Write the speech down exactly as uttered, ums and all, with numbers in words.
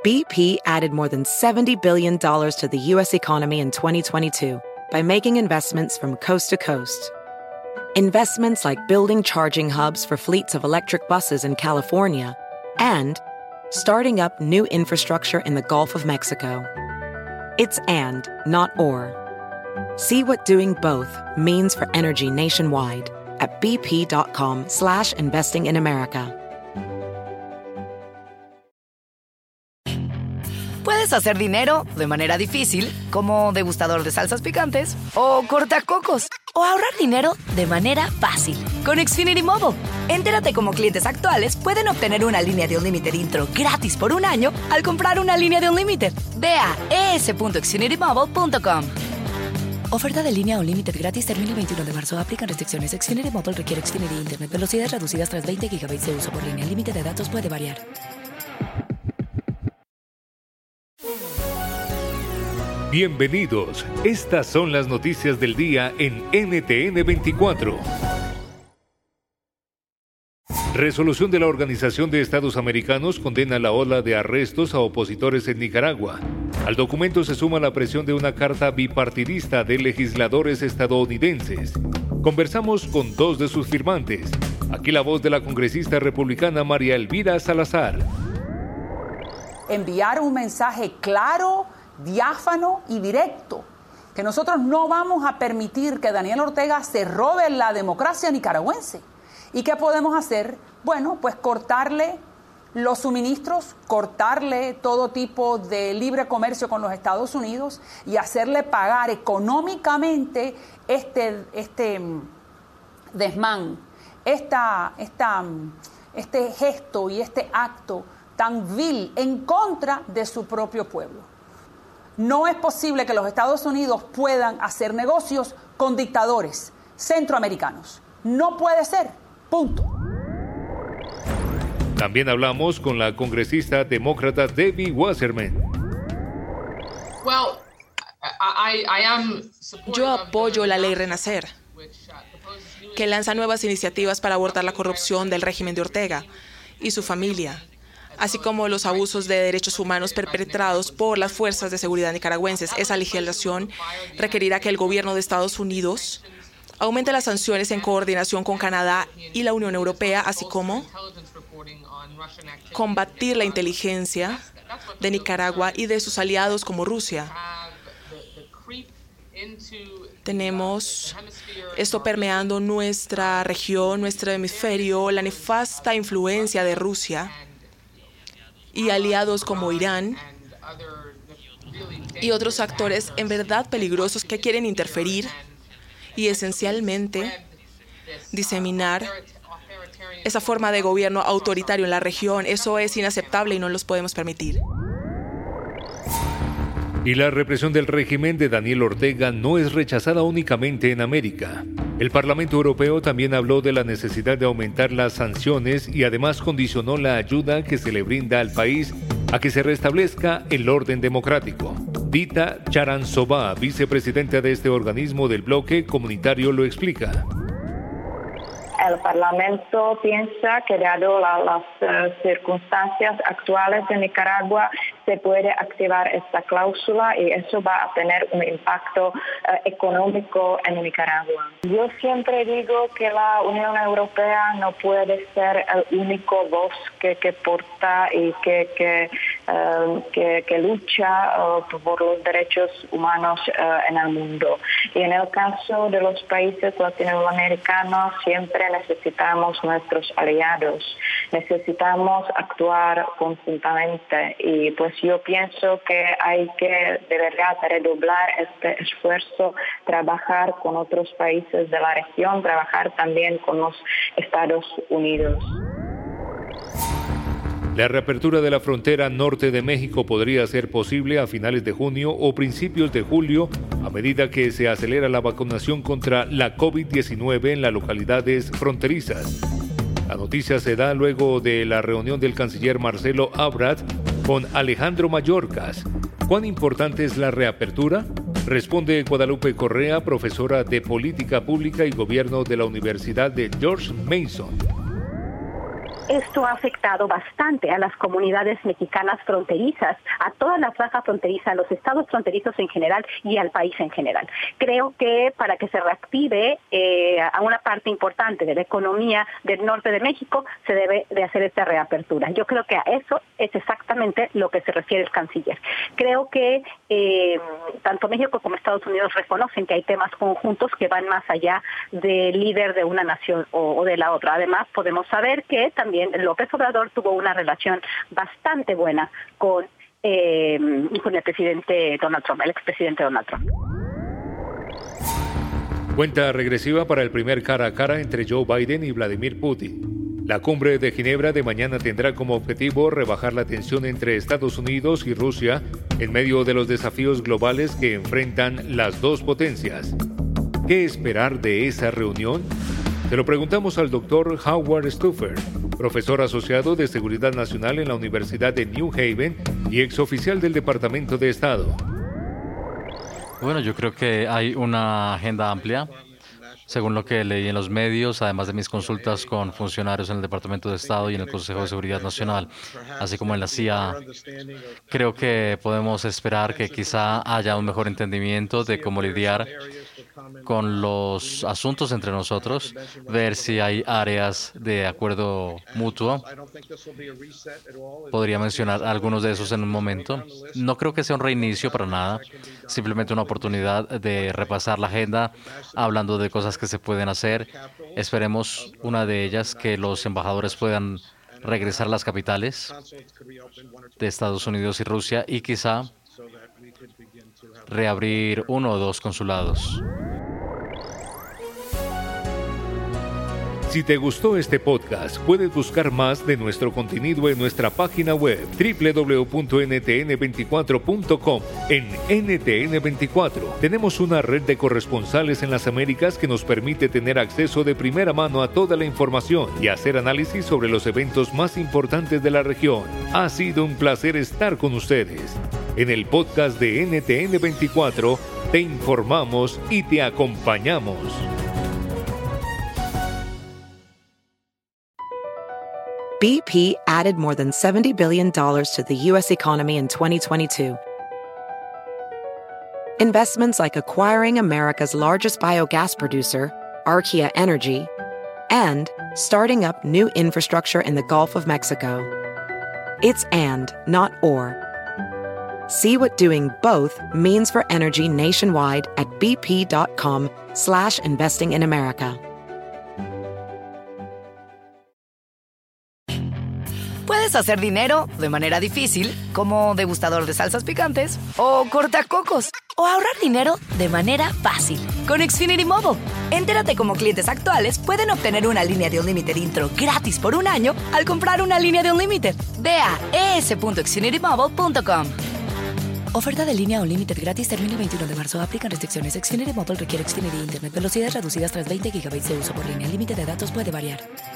B P added more than seventy billion dollars to the U S economy in twenty twenty-two by making investments from coast to coast. Investments like building charging hubs for fleets of electric buses in California and starting up new infrastructure in the Gulf of Mexico. It's and, not or. See what doing both means for energy nationwide at bp.com slash investing in America. Puedes hacer dinero de manera difícil, como degustador de salsas picantes, o cortacocos, o ahorrar dinero de manera fácil con Xfinity Mobile. Entérate cómo clientes actuales pueden obtener una línea de Unlimited intro gratis por un año al comprar una línea de Unlimited. Ve a e s punto xfinity mobile punto com. Oferta de línea Unlimited gratis termina el veintiuno de marzo. Aplican restricciones. Xfinity Mobile requiere Xfinity Internet. Velocidades reducidas tras veinte gigabytes de uso por línea. El límite de datos puede variar. Bienvenidos. Estas son las noticias del día en N T N veinticuatro. Resolución de la Organización de Estados Americanos condena la ola de arrestos a opositores en Nicaragua. Al documento se suma la presión de una carta bipartidista de legisladores estadounidenses. Conversamos con dos de sus firmantes. Aquí la voz de la congresista republicana María Elvira Salazar. Enviar un mensaje claro, diáfano y directo, que nosotros no vamos a permitir que Daniel Ortega se robe la democracia nicaragüense. ¿Y qué podemos hacer? Bueno, pues cortarle los suministros, cortarle todo tipo de libre comercio con los Estados Unidos y hacerle pagar económicamente este, este desmán, esta, esta, este gesto y este acto tan vil en contra de su propio pueblo. No es posible que los Estados Unidos puedan hacer negocios con dictadores centroamericanos. No puede ser. Punto. También hablamos con la congresista demócrata Debbie Wasserman. Yo apoyo la ley Renacer, que lanza nuevas iniciativas para abordar la corrupción del régimen de Ortega y su familia, así como los abusos de derechos humanos perpetrados por las fuerzas de seguridad nicaragüenses. Esa legislación requerirá que el gobierno de Estados Unidos aumente las sanciones en coordinación con Canadá y la Unión Europea, así como combatir la inteligencia de Nicaragua y de sus aliados como Rusia. Tenemos esto permeando nuestra región, nuestro hemisferio, la nefasta influencia de Rusia y aliados como Irán y otros actores en verdad peligrosos que quieren interferir y esencialmente diseminar esa forma de gobierno autoritario en la región. Eso es inaceptable y no los podemos permitir. Y la represión del régimen de Daniel Ortega no es rechazada únicamente en América. El Parlamento Europeo también habló de la necesidad de aumentar las sanciones y además condicionó la ayuda que se le brinda al país a que se restablezca el orden democrático. Dita Charanzová, vicepresidenta de este organismo del bloque comunitario, lo explica. El Parlamento piensa que dado la, las uh, circunstancias actuales en Nicaragua se puede activar esta cláusula y eso va a tener un impacto uh, económico en Nicaragua. Yo siempre digo que la Unión Europea no puede ser el único voz que, que porta y que, que, uh, que, que lucha uh, por los derechos humanos uh, en el mundo. Y en el caso de los países latinoamericanos siempre necesitamos nuestros aliados, necesitamos actuar conjuntamente y pues yo pienso que hay que de verdad redoblar este esfuerzo, trabajar con otros países de la región, trabajar también con los Estados Unidos. La reapertura de la frontera norte de México podría ser posible a finales de junio o principios de julio a medida que se acelera la vacunación contra la COVID diecinueve en las localidades fronterizas. La noticia se da luego de la reunión del canciller Marcelo Ebrard con Alejandro Mayorkas. ¿Cuán importante es la reapertura? Responde Guadalupe Correa, profesora de Política Pública y Gobierno de la Universidad de George Mason. esto ha afectado bastante a las comunidades mexicanas fronterizas, a toda la franja fronteriza, a los estados fronterizos en general y al país en general. Creo que para que se reactive eh, a una parte importante de la economía del norte de México, se debe de hacer esta reapertura. Yo creo que a eso es exactamente lo que se refiere el canciller. Creo que eh, tanto México como Estados Unidos reconocen que hay temas conjuntos que van más allá del líder de una nación o, o de la otra. Además, podemos saber que también López Obrador tuvo una relación bastante buena con, eh, con el presidente Donald Trump, el expresidente Donald Trump. Cuenta regresiva para el primer cara a cara entre Joe Biden y Vladimir Putin. La cumbre de Ginebra de mañana tendrá como objetivo rebajar la tensión entre Estados Unidos y Rusia en medio de los desafíos globales que enfrentan las dos potencias. ¿Qué esperar de esa reunión? Se lo preguntamos al doctor Howard Stuffer, profesor asociado de Seguridad Nacional en la Universidad de New Haven y exoficial del Departamento de Estado. Bueno, yo creo que hay una agenda amplia. Según lo que leí en los medios, además de mis consultas con funcionarios en el Departamento de Estado y en el Consejo de Seguridad Nacional, así como en la C I A, creo que podemos esperar que quizá haya un mejor entendimiento de cómo lidiar con los asuntos entre nosotros, ver si hay áreas de acuerdo mutuo. Podría mencionar algunos de esos en un momento. No creo que sea un reinicio para nada, simplemente una oportunidad de repasar la agenda, hablando de cosas que se pueden hacer. Esperemos una de ellas, que los embajadores puedan regresar a las capitales de Estados Unidos y Rusia y quizá reabrir uno o dos consulados. Si te gustó este podcast, puedes buscar más de nuestro contenido en nuestra página web doble u doble u doble u punto ene te ene veinticuatro punto com. En N T N veinticuatro tenemos una red de corresponsales en las Américas que nos permite tener acceso de primera mano a toda la información y hacer análisis sobre los eventos más importantes de la región. Ha sido un placer estar con ustedes. En el podcast de N T N veinticuatro te informamos y te acompañamos. B P added more than seventy billion dollars to the U S economy in twenty twenty-two. Investments like acquiring America's largest biogas producer, Archaea Energy, and starting up new infrastructure in the Gulf of Mexico. It's and, not or. See what doing both means for energy nationwide at bp.com slash investing in America. Puedes hacer dinero de manera difícil, como degustador de salsas picantes, o cortacocos, o ahorrar dinero de manera fácil con Xfinity Mobile. Entérate cómo clientes actuales pueden obtener una línea de Unlimited intro gratis por un año al comprar una línea de Unlimited. Ve a e s punto xfinity mobile punto com. Oferta de línea Unlimited gratis termina el veintiuno de marzo. Aplican restricciones. Xfinity Mobile requiere Xfinity Internet. Velocidades reducidas tras veinte gigabytes de uso por línea. El límite de datos puede variar.